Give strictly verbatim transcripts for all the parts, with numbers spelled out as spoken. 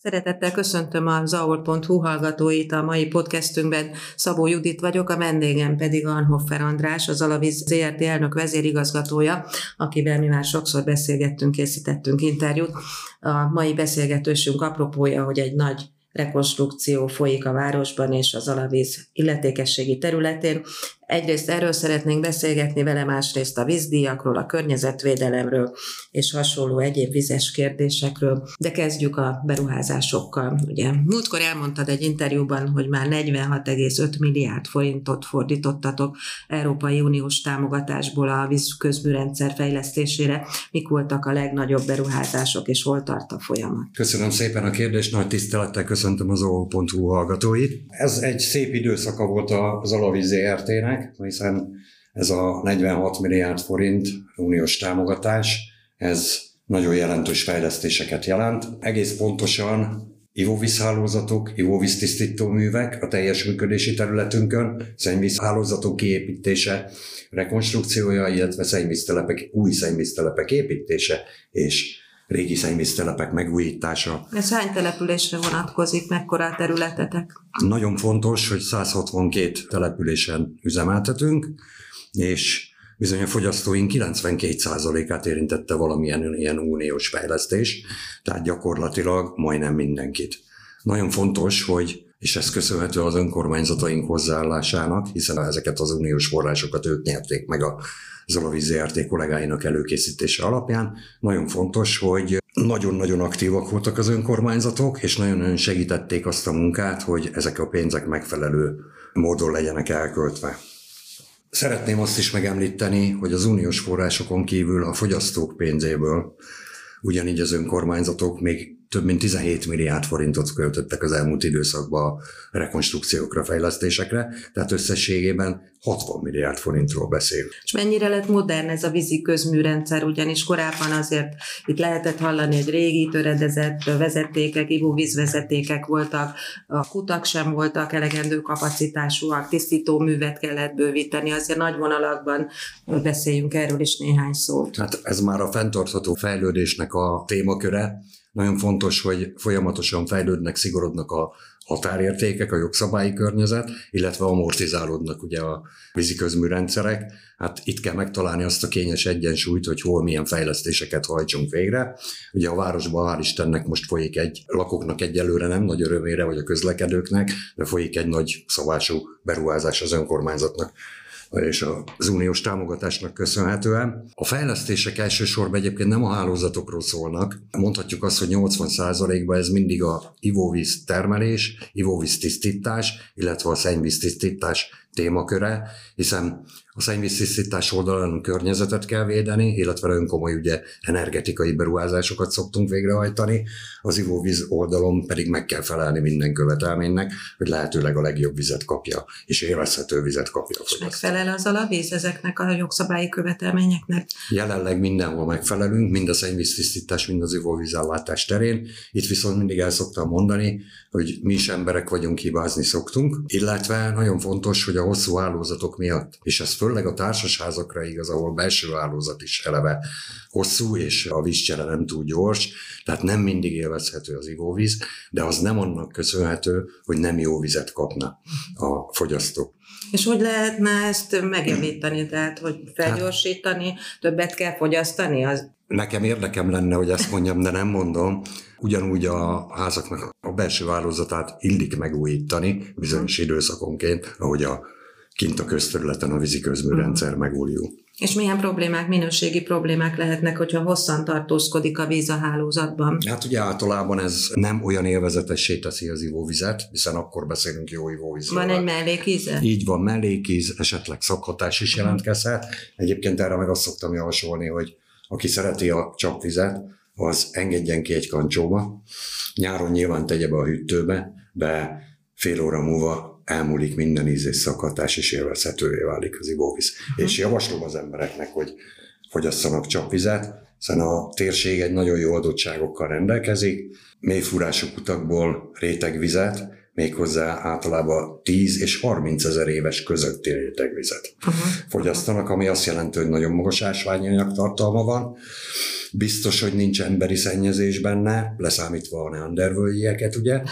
Szeretettel köszöntöm a zaol pont hu hallgatóit a mai podcastünkben. Szabó Judit vagyok, a vendégem pedig Anhoffer András, az Alavíz zé er té elnök vezérigazgatója, akivel mi már sokszor beszélgettünk, készítettünk interjút. A mai beszélgetésünk apropója, hogy egy nagy rekonstrukció folyik a városban és az Alavíz illetékességi területén. Egyrészt erről szeretnénk beszélgetni vele, másrészt a vízdíjakról, a környezetvédelemről és hasonló egyéb vizes kérdésekről. De kezdjük a beruházásokkal. Ugye múltkor elmondtad egy interjúban, hogy már negyvenhat egész öt milliárd forintot fordítottatok Európai Uniós támogatásból a vízközműrendszer fejlesztésére. Mik voltak a legnagyobb beruházások, és hol tart a folyamat? Köszönöm szépen a kérdést, nagy tisztelettel köszöntöm az zaol pont hu hallgatóit. Ez egy szép időszaka volt az Alavíz zé er té-nek, hiszen ez a negyvenhat milliárd forint uniós támogatás, ez nagyon jelentős fejlesztéseket jelent. Egész pontosan ivóvízhálózatok, ivóvíztisztító művek a teljes működési területünkön, szennyvízhálózatok kiépítése, rekonstrukciója, illetve szennyvíztelepek, új szennyvíztelepek építése és régi szennyvíztelepek megújítása. Ez hány településre vonatkozik, mekkora a területetek? Nagyon fontos, hogy száz hatvankét településen üzemeltetünk, és bizony a fogyasztóink kilencvenkét százalékát érintette valamilyen ilyen uniós fejlesztés, tehát gyakorlatilag majdnem mindenkit. Nagyon fontos, hogy és ez köszönhető az önkormányzataink hozzáállásának, hiszen ezeket az uniós forrásokat ők nyerték meg az Alavíz zé er té kollégáinak előkészítése alapján. Nagyon fontos, hogy nagyon-nagyon aktívak voltak az önkormányzatok, és nagyon-nagyon segítették azt a munkát, hogy ezek a pénzek megfelelő módon legyenek elköltve. Szeretném azt is megemlíteni, hogy az uniós forrásokon kívül a fogyasztók pénzéből ugyanígy az önkormányzatok még több mint tizenhét milliárd forintot költöttek az elmúlt időszakban a rekonstrukciókra, fejlesztésekre, tehát összességében hatvan milliárd forintról beszélünk. És mennyire lett modern ez a vízi közműrendszer, ugyanis korábban azért itt lehetett hallani, hogy régi töredezett vezetékek, ivóvízvezetékek voltak, a kutak sem voltak elegendő kapacitásúak, tisztítóművet kellett bővíteni, azért nagy vonalakban beszéljünk erről is néhány szót. Hát ez már a fenntartható fejlődésnek a témaköre. Nagyon fontos, hogy folyamatosan fejlődnek, szigorodnak a határértékek, a jogszabályi környezet, illetve amortizálódnak ugye a víziközműrendszerek. Hát itt kell megtalálni azt a kényes egyensúlyt, hogy hol milyen fejlesztéseket hajtsunk végre. Ugye a városban hál' Istennek most folyik egy, lakóknak egyelőre nem nagy örömére, vagy a közlekedőknek, de folyik egy nagy szabású beruházás az önkormányzatnak és az uniós támogatásnak köszönhetően. A fejlesztések elsősorban egyébként nem a hálózatokról szólnak. Mondhatjuk azt, hogy nyolcvan százalékban ez mindig a ivóvíz termelés, ivóvíz tisztítás, illetve a szennyvíz tisztítás témaköre, hiszen a szennyvíztisztítás oldalon környezetet kell védeni, illetve nagyon komoly ugye energetikai beruházásokat szoktunk végrehajtani, az ivóvíz oldalon pedig meg kell felelni minden követelménynek, hogy lehetőleg a legjobb vizet kapja, és élvezhető vizet kapja a fogyasztó. Megfelel az Alavíz ezeknek a jogszabályi követelményeknek? Jelenleg mindenhol megfelelünk, mind a szennyvíztisztítás, mind az ivóvízellátás terén. Itt viszont mindig el szoktam mondani, hogy mi is emberek vagyunk, hibázni szoktunk, illetve nagyon fontos, hogy a hosszú hálózatok miatt, és ez főleg a társasházakra igaz, ahol belső hálózat is eleve hosszú, és a vízcsere nem túl gyors, tehát nem mindig élvezhető az ivóvíz, de az nem annak köszönhető, hogy nem jó vizet kapna a fogyasztó. És hogy lehetne ezt megjavítani, tehát hogy felgyorsítani, hát, többet kell fogyasztani? Az... Nekem érdekem lenne, hogy ezt mondjam, de nem mondom. Ugyanúgy a házaknak a belső hálózatát illik megújítani bizonyos időszakonként, ahogy a kint a közterületen a víziközműrendszer megújul. És milyen problémák, minőségi problémák lehetnek, hogyha hosszan tartózkodik a víz a hálózatban? Hát ugye általában ez nem olyan élvezetessé teszi az ivóvizet, hiszen akkor beszélünk jó ivóvízről. Van egy mellékíze? Így van, mellékíz, esetleg szakhatás is jelentkezhet. Egyébként erre meg azt szoktam javasolni, hogy aki szereti a csapvizet, az engedjen ki egy kancsóba. Nyáron nyilván tegye be a hűtőbe, de fél óra múlva elmúlik minden íz és szakhatás, és élvezhetővé válik az ivóvíz. Uh-huh. És javaslom az embereknek, hogy fogyasszanak csapvizet, hiszen a térség egy nagyon jó adottságokkal rendelkezik, mélyfúrású kutakból rétegvizet, méghozzá általában tíz és harminc ezer éves közötti rétegvizet uh-huh. fogyasztanak, ami azt jelenti, hogy nagyon magas ásványi anyag tartalma van, biztos, hogy nincs emberi szennyezés benne, leszámítva a neandervölgyieket, ugye,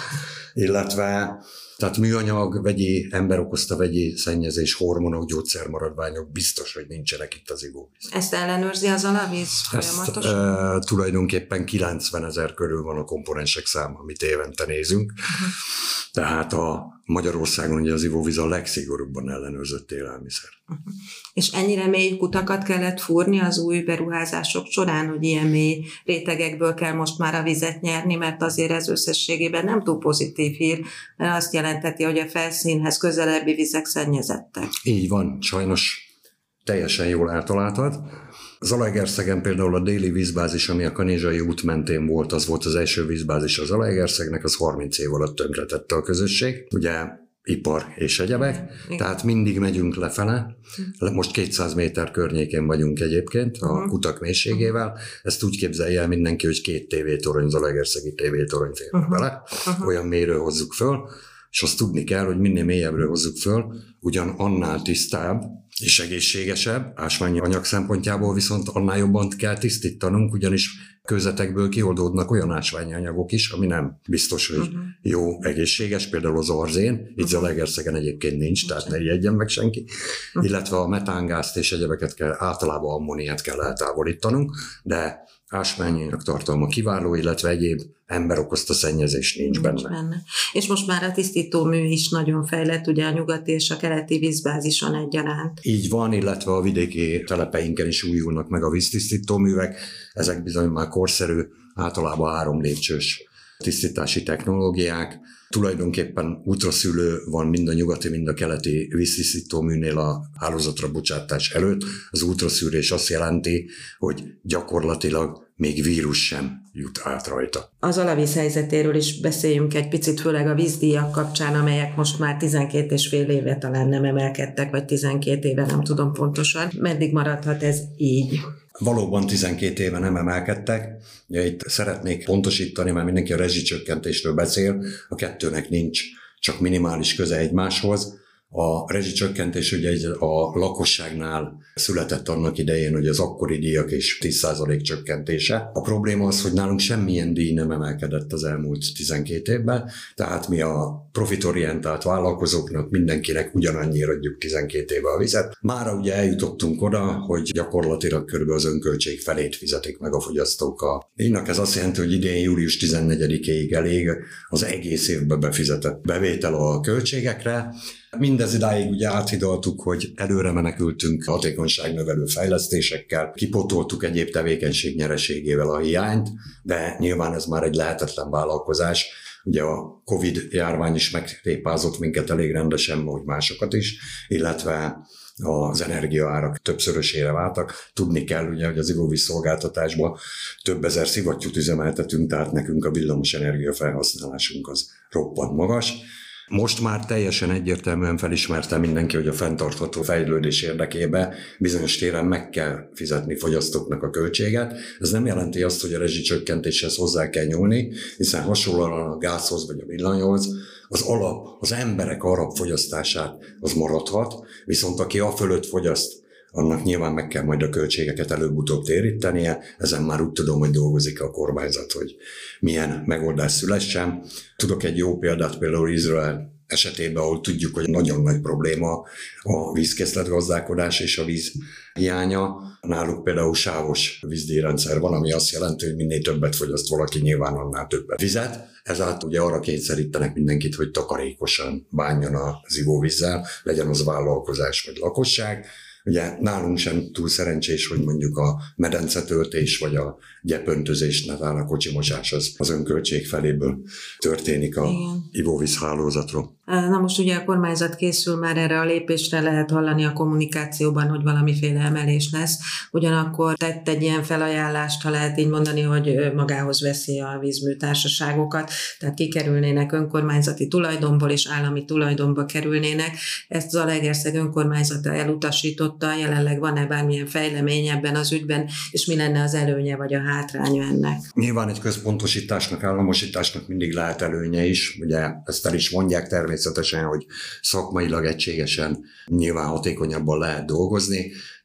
illetve tehát műanyag, vegyi, ember okozta vegyi szennyezés, hormonok, gyógyszermaradványok, biztos, hogy nincsenek itt az ivóvíz. Ezt ellenőrzi az alavíz folyamatosan? Ezt e, tulajdonképpen kilencvenezer körül van a komponensek száma, amit évente nézünk. Uh-huh. Tehát a Magyarországon ugye az ivóvíz a legszigorúbban ellenőrzött élelmiszer. Uh-huh. És ennyire mély kutakat kellett fúrni az új beruházások során, hogy ilyen mély rétegekből kell most már a vizet nyerni, mert azért ez összességében nem túl pozitív hír, mert azt jelenteti, hogy a felszínhez közelebbi vizek szennyezettek. Így van, sajnos teljesen jól eltaláltad. Zalaegerszegen például a déli vízbázis, ami a Kanizsai út mentén volt, az volt az első vízbázis az Zalaegerszegnek, az harminc év alatt tönkretette a közösség. Ugye ipar és egyebek, igen. Tehát mindig megyünk lefele. Most kétszáz méter környékén vagyunk egyébként a uh-huh. kutak mélységével. Ezt úgy képzelje el mindenki, hogy két tévétorony, Zalaegerszegi tévétorony fér uh-huh. bele. Uh-huh. Olyan mélyről hozzuk föl, és azt tudni kell, hogy minél mélyebbre hozzuk föl, ugyan annál tisztább és egészségesebb, ásványi anyag szempontjából viszont annál jobban kell tisztítanunk, ugyanis kőzetekből kioldódnak olyan ásványi anyagok is, ami nem biztos, hogy uh-huh. jó, egészséges, például az arzén, itt uh-huh. Zalaegerszegen egyébként nincs, tehát ne ijedjen meg senki, uh-huh. illetve a metángázt és egyebeket kell, általában ammóniát kell eltávolítanunk, de ásványanyag tartalma kiváló, illetve egyéb ember okozta szennyezés nincs, nincs benne. benne. És most már a tisztítómű is nagyon fejlett, ugye a nyugati és a keleti vízbázison egyaránt. Így van, illetve a vidéki telepeinken is újulnak meg a víztisztítóművek. Ezek bizony már korszerű, általában három lépcsős tisztítási technológiák. Tulajdonképpen útraszülő van mind a nyugati, mind a keleti víztisztítóműnél a hálózatra bocsátás előtt. Az útraszűrés azt jelenti, hogy gyakorlatilag még vírus sem jut át rajta. Az alavíz helyzetéről is beszéljünk egy picit, főleg a vízdíjak kapcsán, amelyek most már tizenkét és fél éve talán nem emelkedtek, vagy tizenkét éve, nem tudom pontosan. Meddig maradhat ez így? Valóban tizenkét éve nem emelkedtek. Ja, itt szeretnék pontosítani, mert mindenki a rezsicsökkentésről beszél, a kettőnek nincs csak minimális köze egymáshoz. A rezsicsökkentés ugye a lakosságnál született annak idején, hogy az akkori díjak és tíz százalék csökkentése. A probléma az, hogy nálunk semmilyen díj nem emelkedett az elmúlt tizenkét évben, tehát mi a profitorientált vállalkozóknak, mindenkinek ugyanannyira adjuk tizenkét éve a vizet. Mára ugye eljutottunk oda, hogy gyakorlatilag körülbelül az önköltség felét fizetik meg a fogyasztók. A díjnak ez azt jelenti, hogy idén július tizennegyedikéig elég az egész évben befizetett bevétel a költségekre. Mindez idáig ugye áthidaltuk, hogy előre menekültünk hatékonyságnövelő fejlesztésekkel, kipótoltuk egyéb tevékenység nyereségével a hiányt, de nyilván ez már egy lehetetlen vállalkozás. Ugye a Covid járvány is megtépázott minket elég rendesen, ahogy másokat is, illetve az energiaárak többszörösére váltak. Tudni kell ugye, hogy az ivóvíz szolgáltatásban több ezer szivattyút üzemeltetünk, tehát nekünk a villamos energia felhasználásunk az roppant magas. Most már teljesen egyértelműen felismerte mindenki, hogy a fenntartható fejlődés érdekében bizonyos téren meg kell fizetni fogyasztóknak a költséget. Ez nem jelenti azt, hogy a rezsicsökkentéshez hozzá kell nyúlni, hiszen hasonlóan a gázhoz vagy a villanyhoz az alap, az emberek alapfogyasztását az maradhat, viszont aki a fölött fogyaszt, annak nyilván meg kell majd a költségeket előbb-utóbb térítenie, ezen már úgy tudom, hogy dolgozik a kormányzat, hogy milyen megoldás szülessen. Tudok egy jó példát például Izrael esetében, ahol tudjuk, hogy nagyon nagy probléma a vízkészletgazdálkodás és a víz hiánya. Náluk például sávos vízdíjrendszer van, ami azt jelenti, hogy minél többet fogyaszt valaki, nyilván annál többet vizet. Ezáltal ugye arra kényszerítenek mindenkit, hogy takarékosan bánjon az ivóvízzel, legyen az vállalkozás vagy lakosság. Ugye nálunk sem túl szerencsés, hogy mondjuk a medencetöltés vagy a gyepöntözés, netán a kocsimosás az, az önköltség feléből történik a Igen. ivóvíz hálózatról. Na most ugye a kormányzat készül már erre a lépésre, lehet hallani a kommunikációban, hogy valamiféle emelés lesz. Ugyanakkor tett egy ilyen felajánlást, ha lehet így mondani, hogy magához veszi a vízműtársaságokat, tehát kikerülnének önkormányzati tulajdonból és állami tulajdonba kerülnének. Ezt Zalaegerszeg önkormányzata elutasította, jelenleg van-e bármilyen fejlemény ebben az ügyben, és mi lenne az előnye vagy a hátránya ennek? Nyilván egy központosításnak, államosításnak mindig lehet előnye is, ugye ezt el is mondják természetesen, hogy szakmailag egységesen nyilván hatékonyabban lehet dolgozni.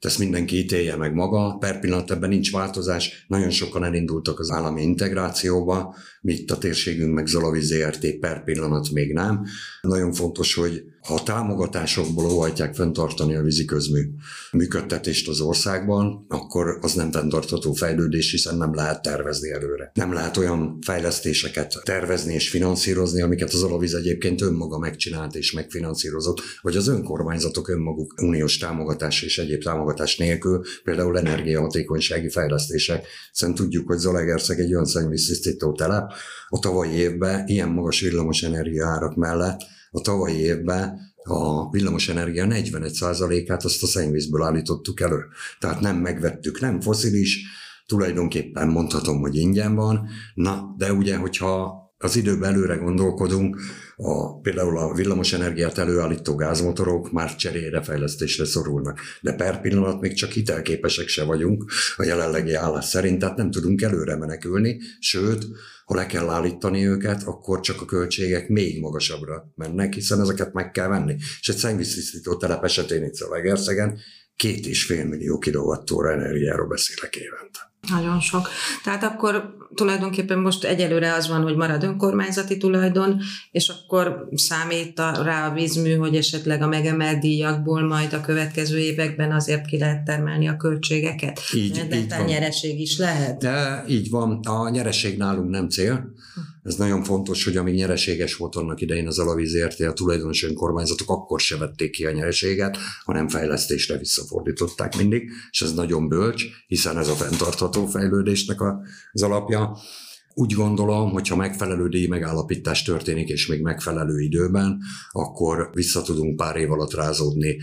ezt mindenki ítélje meg maga, per pillanat ebben nincs változás, nagyon sokan elindultak az állami integrációba, mi itt a térségünk meg Zalavíz zé er té per pillanat még nem. Nagyon fontos, hogy ha a támogatásokból óhajtják fenntartani a víziközmű működtetést az országban, akkor az nem fenntartható fejlődés, hiszen nem lehet tervezni előre. Nem lehet olyan fejlesztéseket tervezni és finanszírozni, amiket az Alavíz egyébként önmaga megcsinált és megfinanszírozott, vagy az önkormányzatok önmaguk uniós támogatás és egyéb támogatás nélkül, például energiahatékonysági fejlesztések. Hiszen tudjuk, hogy Zalaegerszeg egy olyan szennyvíztisztító telep, a tavalyi évben ilyen magas villamosenergia árak mellett a tavalyi évben a villamosenergia negyvenegy százalékát azt a szennyvízből állítottuk elő. Tehát nem megvettük, nem fosszilis, tulajdonképpen mondhatom, hogy ingyen van. Na, de ugye, hogyha az időben előre gondolkodunk, a, például a villamosenergiát előállító gázmotorok már cserére, fejlesztésre szorulnak. De per pillanat még csak hitelképesek se vagyunk a jelenlegi állás szerint, tehát nem tudunk előre menekülni, sőt, ha le kell állítani őket, akkor csak a költségek még magasabbra mennek, hiszen ezeket meg kell venni. És egy szennyvíztisztító telep esetén itt Zalaegerszegen két és fél millió kilovattóra energiáról beszélek évente. Nagyon sok. Tehát akkor tulajdonképpen most egyelőre az van, hogy marad önkormányzati tulajdon, és akkor számít rá a vízmű, hogy esetleg a megemelt díjakból majd a következő években azért ki lehet termelni a költségeket. Így, de így a van. nyereség is lehet? De így van. A nyereség nálunk nem cél. Ez nagyon fontos, hogy amíg nyereséges volt annak idején az Alavíz zé er té, a tulajdonos önkormányzatok akkor se vették ki a nyereséget, hanem fejlesztésre visszafordították mindig, és ez nagyon bölcs, hiszen ez a fenntartható fejlődésnek az alapja. Úgy gondolom, hogy ha megfelelő díj megállapítás történik, és még megfelelő időben, akkor vissza tudunk pár év alatt rázódni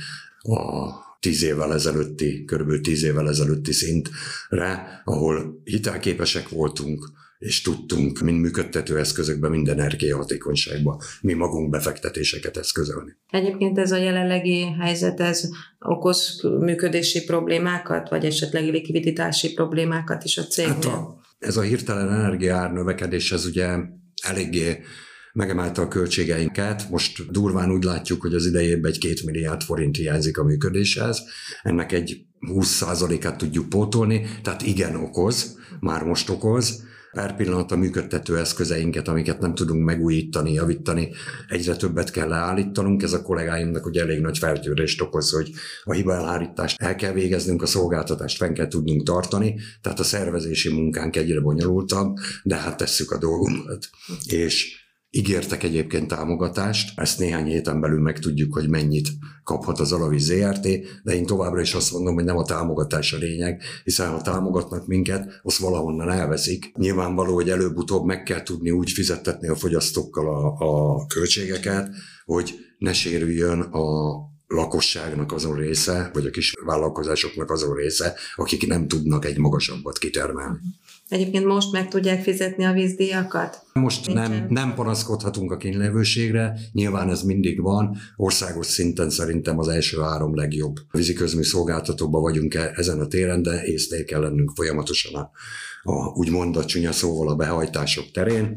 a tíz évvel ezelőtti, körülbelül tíz évvel ezelőtti szintre, ahol hitelképesek voltunk, és tudtunk mind működtető eszközökben, mind energiahatékonyságban mi magunk befektetéseket eszközölni. Egyébként ez a jelenlegi helyzet, ez okoz működési problémákat, vagy esetleg likviditási problémákat is a cégnél? Hát a, ez a hirtelen energiaár növekedés, ez ugye eléggé megemelte a költségeinket. Most durván úgy látjuk, hogy az idejében egy két milliárd forint hiányzik a működéshez. Ennek egy húsz százalékát tudjuk pótolni, tehát igen okoz, már most okoz. Per pillanat a működtető eszközeinket, amiket nem tudunk megújítani, javítani, egyre többet kell leállítanunk. Ez a kollégáimnak ugye elég nagy feltűrést okoz, hogy a hibaelhárítást el kell végeznünk, a szolgáltatást fenn kell tudnunk tartani, tehát a szervezési munkánk egyre bonyolultabb, de hát tesszük a dolgunkat. És ígértek egyébként támogatást, ezt néhány héten belül megtudjuk, hogy mennyit kaphat az Alavíz zé er té, de én továbbra is azt mondom, hogy nem a támogatás a lényeg, hiszen ha támogatnak minket, azt valahonnan elveszik. Nyilvánvaló, hogy előbb-utóbb meg kell tudni úgy fizettetni a fogyasztókkal a, a költségeket, hogy ne sérüljön a lakosságnak azon része, vagy a kis vállalkozásoknak azon része, akik nem tudnak egy magasabbat kitermelni. Egyébként most meg tudják fizetni a vízdíjakat? Most nem, nem panaszkodhatunk a kínlevőségre, nyilván ez mindig van. Országos szinten szerintem az első három legjobb víziközmű szolgáltatóban vagyunk ezen a téren, de észnél kell lennünk folyamatosan a, a úgymond a csúnya szóval a behajtások terén.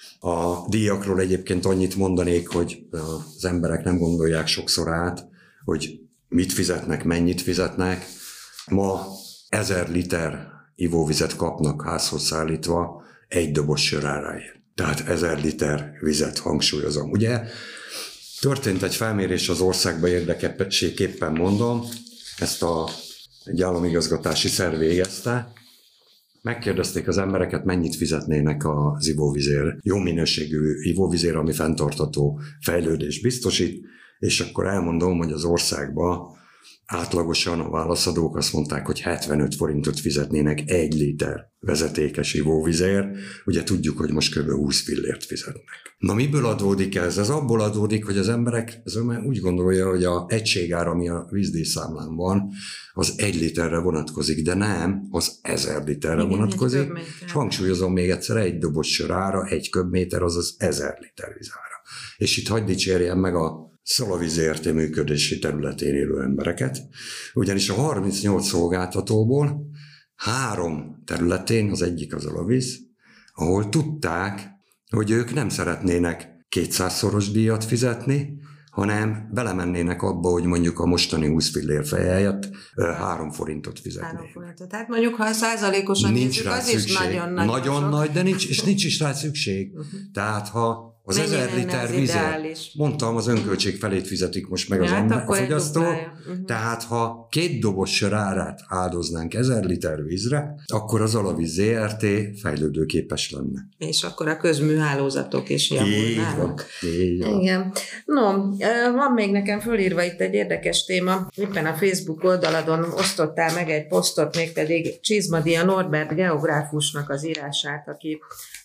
A díjakról egyébként annyit mondanék, hogy az emberek nem gondolják sokszor át, hogy mit fizetnek, mennyit fizetnek. Ma ezer liter ivóvizet kapnak házhoz szállítva egy doboz sör áráért. Tehát ezer liter vizet, hangsúlyozom. Ugye történt egy felmérés az országban, érdekességképpen mondom, ezt a, egy államigazgatási szerv végezte. Megkérdezték az embereket, mennyit fizetnének az ivóvizért, jó minőségű ivóvizért, ami fenntartható fejlődés biztosít, és akkor elmondom, hogy az országban átlagosan a válaszadók azt mondták, hogy hetvenöt forintot fizetnének egy liter vezetékes ivóvizért. Ugye tudjuk, hogy most kb. húsz fillért fizetnek. Na miből adódik ez? Ez abból adódik, hogy az emberek ez úgy gondolja, hogy a egységár, ami a vízdíjszámlán van, az egy literre vonatkozik, de nem, az ezer literre igen, vonatkozik. És hangsúlyozom még egyszer, egy doboz sör ára, egy köbméter, az az ezer liter vízára. És itt hagyd dicsérjem meg a Alavíz zé er té működési területén élő embereket, ugyanis a harmincnyolc szolgáltatóból három területén, az egyik az Alavíz, ahol tudták, hogy ők nem szeretnének kétszázszoros díjat fizetni, hanem belemennének abba, hogy mondjuk a mostani húsz fillér fej helyett három forintot fizetnék. Három forintot. Tehát mondjuk, ha százalékosan nincs nézzük, rá az szükség. is nagyon nagy. Nagyon nagy, de nincs, és nincs is rá szükség. Uh-huh. Tehát ha az Mennyi ezer liter vizet, mondtam, az önköltség felét fizetik most meg ja, az hát ember, a fogyasztó, uh-huh. tehát ha két doboz sör árát áldoznánk ezer liter vízre, akkor az Alavíz zé er té fejlődőképes lenne. És akkor a közműhálózatok is javulnának. Így van. Igen. No, van még nekem fölírva itt egy érdekes téma. Éppen a Facebook oldaladon osztottál meg egy posztot, mégpedig Csizmadia Norbert geográfusnak az írását, aki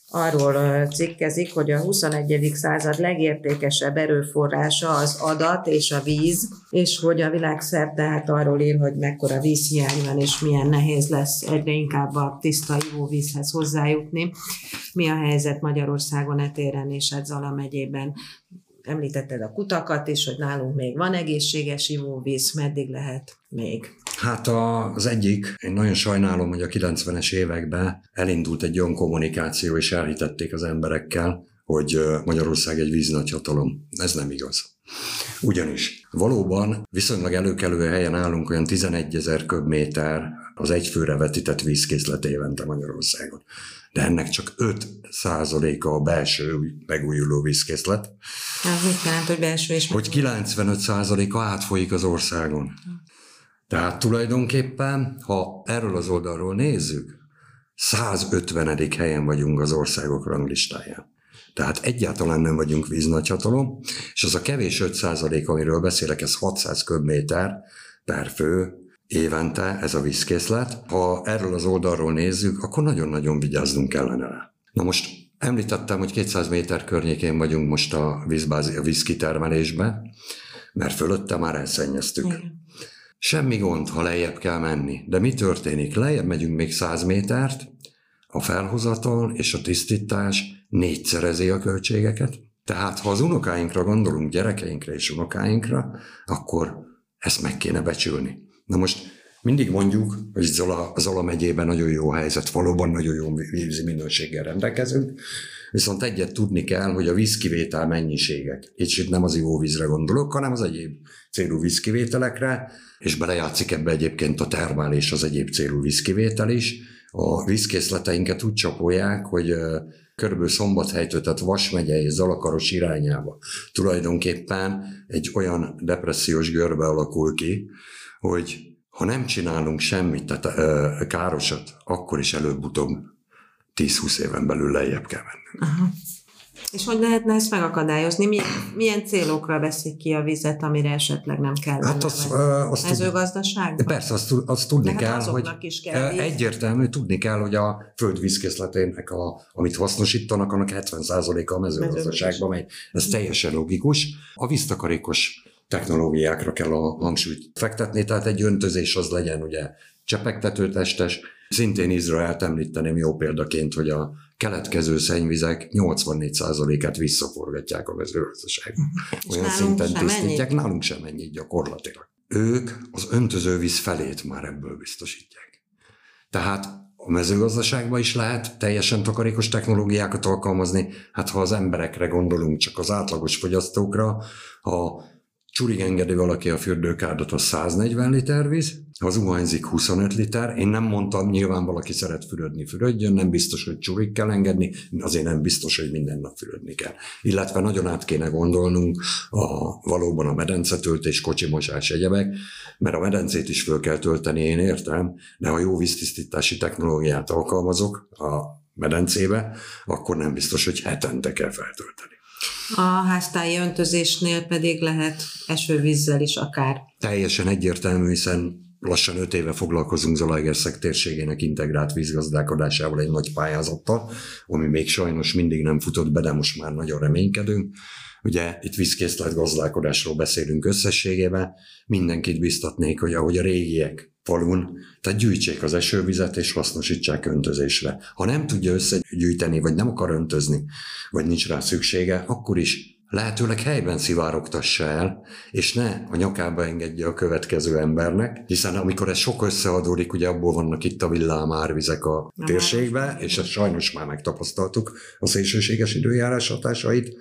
arról cikkezik, hogy a huszonegyedik század legértékesebb erőforrása az adat és a víz, és hogy a világszerte hát arról ír, hogy mekkora vízhiány van, és milyen nehéz lesz egyre inkább a tiszta ivóvízhez hozzájutni. Mi a helyzet Magyarországon etéren és hát Zala megyében? Említetted a kutakat is, hogy nálunk még van egészséges ivóvíz, meddig lehet még? Hát az egyik, én nagyon sajnálom, hogy a kilencvenes években elindult egy olyan kommunikáció, és elhitették az emberekkel, hogy Magyarország egy víznagyhatalom. Ez nem igaz. Ugyanis valóban viszonylag előkelő helyen állunk, olyan tizenegyezer köbméter az egyfőre vetített vízkészlet évente Magyarországon. De ennek csak öt százaléka a belső megújuló vízkészlet. Ez mit jelent, hogy belső és Hogy kilencvenöt százaléka átfolyik az országon. Tehát tulajdonképpen, ha erről az oldalról nézzük, százötvenedik helyen vagyunk az országok ranglistáján. Tehát egyáltalán nem vagyunk víznagyhatalom, és az a kevés öt százalék, amiről beszélek, ez hatszáz köbméter per fő évente ez a vízkészlet. Ha erről az oldalról nézzük, akkor nagyon-nagyon vigyáznunk kellene rá. Na most említettem, hogy kétszáz méter környékén vagyunk most a, vízbázi, a vízkitermelésben, mert fölötte már elszennyeztük. Igen. Semmi gond, ha lejjebb kell menni. De mi történik? Lejjebb megyünk még száz métert, a felhozatal és a tisztítás négyszerezi a költségeket. Tehát ha az unokáinkra gondolunk, gyerekeinkre és unokáinkra, akkor ezt meg kéne becsülni. Na most mindig mondjuk, hogy Zala, Zala megyében nagyon jó helyzet, valóban nagyon jó vízi minőséggel rendelkezünk, viszont egyet tudni kell, hogy a vízkivétel mennyiségek, és itt nem az ivóvízre gondolok, hanem az egyéb célú vízkivételekre, és belejátszik ebbe egyébként a termálés, az egyéb célú vízkivétel is. A vízkészleteinket úgy csapolják, hogy körülbelül Szombathelytől, tehát Vas megye és Zalakaros irányába tulajdonképpen egy olyan depressziós görbe alakul ki, hogy ha nem csinálunk semmit, tehát ö, károsat, akkor is előbb-utóbb tíz-húsz éven belül lejjebb kell mennünk. Aha. És hogy lehetne ezt megakadályozni? Milyen, milyen célokra veszik ki a vizet, amire esetleg nem kell? Hát az, az mezőgazdaságban? Persze, azt, azt tudni hát kell, hogy kell egyértelmű, tudni kell, hogy a föld vízkészletének, a, amit hasznosítanak, annak hetven százaléka a mezőgazdaságban megy. Ez teljesen logikus. A víztakarékos technológiákra kell a hangsúlyt fektetni, tehát egy öntözés az legyen ugye csepegtetőtestes. Szintén Izraelt említeném jó példaként, hogy a keletkező szennyvizek nyolcvannégy százalékát visszaforgatják a mezőgazdaságban. Olyan szinten tisztítják, nálunk sem ennyit gyakorlatilag. Ők az öntözővíz felét már ebből biztosítják. Tehát a mezőgazdaságban is lehet teljesen takarékos technológiákat alkalmazni, hát ha az emberekre gondolunk, csak az átlagos fogyasztókra, ha csurig engedi valaki a fürdőkádat, az száznegyven liter víz, ha zuhanyzik huszonöt liter, én nem mondtam, nyilván valaki szeret fürödni, fürödjön, nem biztos, hogy csurig kell engedni, azért nem biztos, hogy minden nap fürödni kell. Illetve nagyon át kéne gondolnunk a, valóban a medencetöltés, kocsimosás, egyebek, mert a medencét is föl kell tölteni, én értem, de ha jó víztisztítási technológiát alkalmazok a medencébe, akkor nem biztos, hogy hetente kell feltölteni. A háztáji öntözésnél pedig lehet esővízzel is akár. Teljesen egyértelmű, hiszen lassan öt éve foglalkozunk Zalaegerszeg térségének integrált vízgazdálkodásával egy nagy pályázattal, ami még sajnos mindig nem futott be, de most már nagyon reménykedünk. Ugye itt vízkészlet gazdálkodásról beszélünk összességében, mindenkit biztatnék, hogy ahogy a régiek falun, tehát gyűjtsék az esővizet és hasznosítsák öntözésre. Ha nem tudja összegyűjteni, vagy nem akar öntözni, vagy nincs rá szüksége, akkor is lehetőleg helyben szivárogtassa el, és ne a nyakába engedje a következő embernek, hiszen amikor ez sok összeadódik, ugye abból vannak itt a villámárvizek a térségbe, és ezt sajnos már megtapasztaltuk a szélsőséges időjárás hatásait,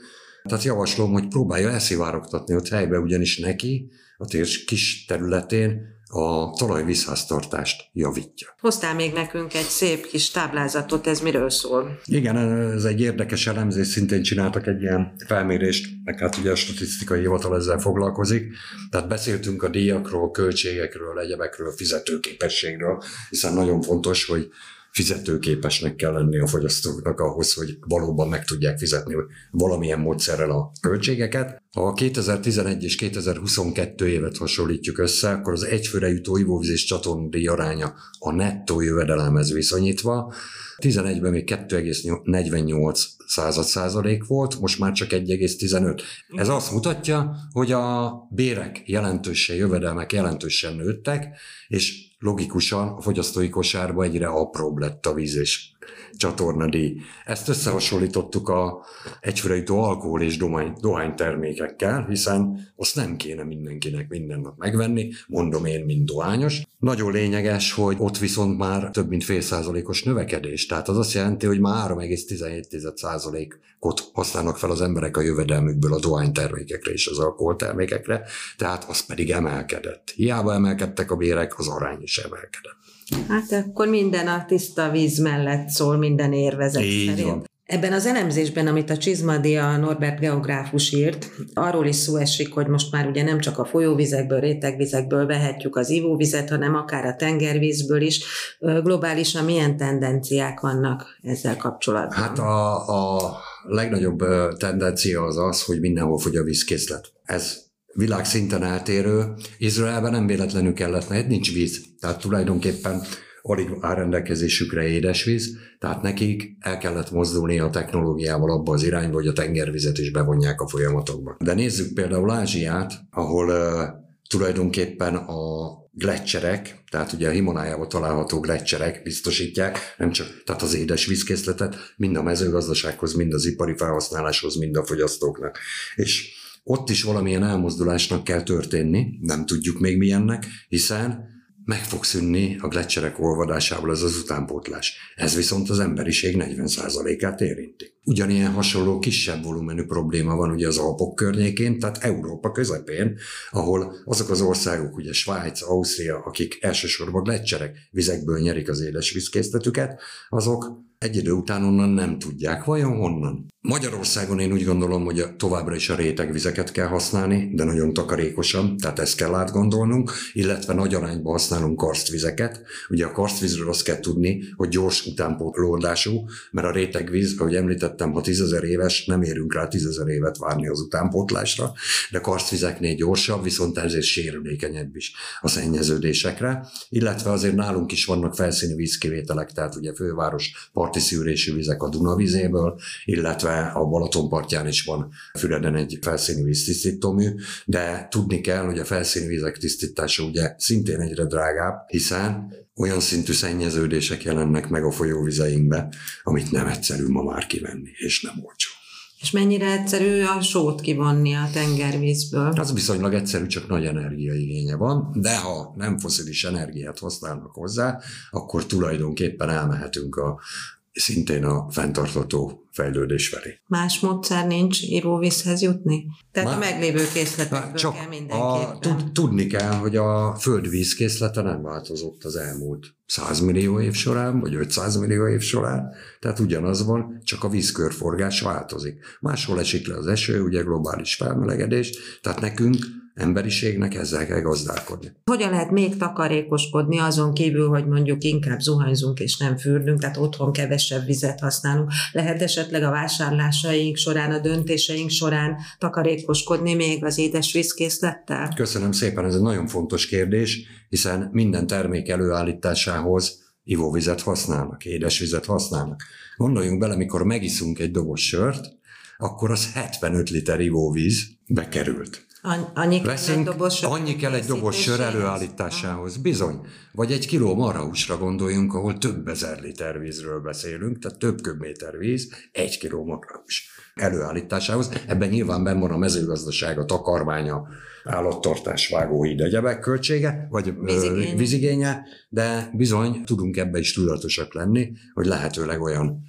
Tehát javaslom, hogy próbálja elszivárogtatni ott helyben, ugyanis neki a tér kis területén a talajvízháztartást javítja. Hoztál még nekünk egy szép kis táblázatot, ez miről szól? Igen, ez egy érdekes elemzés, szintén csináltak egy ilyen felmérést, meg hát ugye a statisztikai hivatal ezzel foglalkozik. Tehát beszéltünk a díjakról, költségekről, egyebekről, fizetőképességről, hiszen nagyon fontos, hogy fizetőképesnek kell lenni a fogyasztóknak ahhoz, hogy valóban meg tudják fizetni valamilyen módszerrel a költségeket. Ha a kétezer-tizenegy és kétezer-huszonkettő évet hasonlítjuk össze, akkor az egyfőre jutó ivóvíz és csatornadíj aránya a nettó jövedelemhez viszonyítva tizenegyben még kettő egész negyvennyolc százalék volt, most már csak egy egész tizenöt. Ez azt mutatja, hogy a bérek jelentősen, jövedelmek jelentősen nőttek, és logikusan a fogyasztói kosárba egyre apróbb lett a víz és csatornadíj. Ezt összehasonlítottuk a egyfőre jutó alkohol és dohánytermékekkel, hiszen azt nem kéne mindenkinek minden nap megvenni, mondom én, mint dohányos. Nagyon lényeges, hogy ott viszont már több mint fél százalékos növekedés, tehát az azt jelenti, hogy már három egész tizenhét százalékot használnak fel az emberek a jövedelmükből a dohánytermékekre és az alkoholtermékekre, tehát az pedig emelkedett. Hiába emelkedtek a bérek, az arány is emelkedett. Hát akkor minden a tiszta víz mellett szól, minden érvezet szerint. Van. Ebben az elemzésben, amit a Csizmadia Norbert geográfus írt, arról is szó esik, hogy most már ugye nem csak a folyóvizekből, rétegvizekből vehetjük az ivóvizet, hanem akár a tengervízből is. Globálisan milyen tendenciák vannak ezzel kapcsolatban? Hát a, a legnagyobb tendencia az az, hogy mindenhol fogy a vízkészlet. Ez világszinten eltérő. Izraelben nem véletlenül kellett, mert nincs víz. Tehát tulajdonképpen alig áll rendelkezésükre édesvíz, tehát nekik el kellett mozdulni a technológiával abba az irányba, hogy a tengervizet is bevonják a folyamatokba. De nézzük például Ázsiát, ahol uh, tulajdonképpen a gleccserek, tehát ugye a Himalájában található gleccserek biztosítják, nem csak tehát az édes vízkészletet, mind a mezőgazdasághoz, mind az ipari felhasználáshoz, mind a fogyasztóknak. És ott is valamilyen elmozdulásnak kell történni, nem tudjuk még milyennek, hiszen meg fog szűnni a gleccserek olvadásával ez az utánpótlás. Ez viszont az emberiség negyven százalékát érinti. Ugyanilyen hasonló kisebb volumenű probléma van ugye az Alpok környékén, tehát Európa közepén, ahol azok az országok, ugye Svájc, Ausztria, akik elsősorban gleccserek vizekből nyerik az édesvízkészletüket, azok egy idő után onnan nem tudják. Vajon honnan? Magyarországon én úgy gondolom, hogy továbbra is a rétegvizeket kell használni, de nagyon takarékosan, tehát ezt kell átgondolnunk, illetve nagy arányban használunk karstvizeket. Ugye a karstvízről azt kell tudni, hogy gyors utánpótlódású, mert a rétegvíz, ahogy említettem, ha tízezer éves, nem érünk rá tízezer évet várni az utánpótlásra, de karstvizeknél gyorsabb, viszont ezért sérülékenyebb is a szennyeződésekre, illetve azért nálunk is vannak felszíni vízkivételek, tehát ugye főváros parti szűrésű vizek a Duna vizéből, illetve a Balaton partján is van Füreden egy felszíni víztisztítómű, de tudni kell, hogy a felszíni vízek tisztítása ugye szintén egyre drágább, hiszen olyan szintű szennyeződések jelennek meg a folyóvizeinkbe, amit nem egyszerű ma már kivenni, és nem olcsó. És mennyire egyszerű a sót kivonni a tengervízből? Az viszonylag egyszerű, csak nagy energiaigénye van, de ha nem fosszilis energiát használnak hozzá, akkor tulajdonképpen elmehetünk a szintén a fenntartható fejlődés felé. Más módszer nincs ivóvízhez jutni? Tehát Már, a meglévő készletekből csak kell mindenképpen. A, tudni kell, hogy a földvíz készlete nem változott az elmúlt száz millió év során, vagy ötszáz millió év során, tehát ugyanaz van, csak a vízkörforgás változik. Máshol esik le az eső, ugye globális felmelegedés, tehát nekünk emberiségnek ezzel kell gazdálkodni. Hogyan lehet még takarékoskodni azon kívül, hogy mondjuk inkább zuhanyzunk és nem fürdünk, tehát otthon kevesebb vizet használunk? Lehet esetleg a vásárlásaink során, a döntéseink során takarékoskodni még az édesvízkészlettel? Köszönöm szépen, ez egy nagyon fontos kérdés, hiszen minden termék előállításához ivóvizet használnak, édesvizet használnak. Gondoljunk bele, mikor megiszunk egy doboz sört, akkor az hetvenöt liter ivóvíz bekerült. Annyi kell, Veszünk, egy doboz sör, annyi kell egy doboz sör előállításához. Bizony. Vagy egy kiló marhahúsra gondoljunk, ahol több ezer liter vízről beszélünk, tehát több köbméter víz, egy kiló marhahús előállításához. Ebben nyilván benn van a mezőgazdaság, a takarmánya, állattartás, vágóhíd, egyebek költsége, vagy vízigénye. vízigénye, de bizony tudunk ebbe is tudatosak lenni, hogy lehetőleg olyan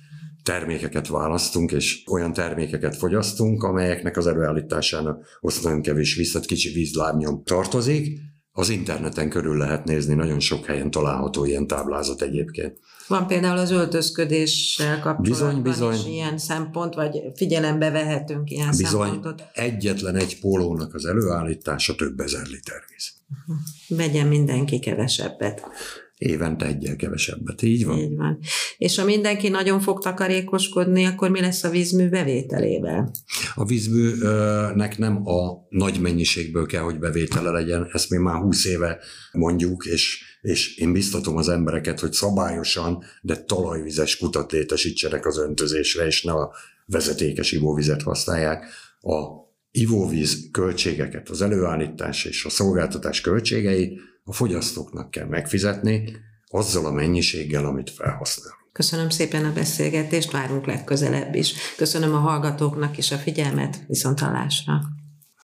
termékeket választunk, és olyan termékeket fogyasztunk, amelyeknek az előállításának azt nagyon kevés visszat, kicsi vízlábnyom tartozik. Az interneten körül lehet nézni, nagyon sok helyen található ilyen táblázat egyébként. Van például az öltözködéssel kapcsolatban bizony, bizony. is ilyen szempont, vagy figyelembe vehetünk ilyen bizony, szempontot. Egyetlen egy pólónak az előállítása több ezer liter víz. Vegyen mindenki kevesebbet. Évente egyel kevesebbet, így van. Így van. És ha mindenki nagyon fog takarékoskodni, akkor mi lesz a vízmű bevételével? A vízműnek nem a nagy mennyiségből kell, hogy bevétele legyen, ezt mi már húsz éve mondjuk, és, és én biztatom az embereket, hogy szabályosan, de talajvizes kutat létesítsenek az öntözésre, és ne a vezetékes ivóvizet használják. A ivóvíz költségeket, az előállítás és a szolgáltatás költségeit a fogyasztóknak kell megfizetni azzal a mennyiséggel, amit felhasználunk. Köszönöm szépen a beszélgetést, várunk legközelebb is. Köszönöm a hallgatóknak is a figyelmet, viszonthallásra.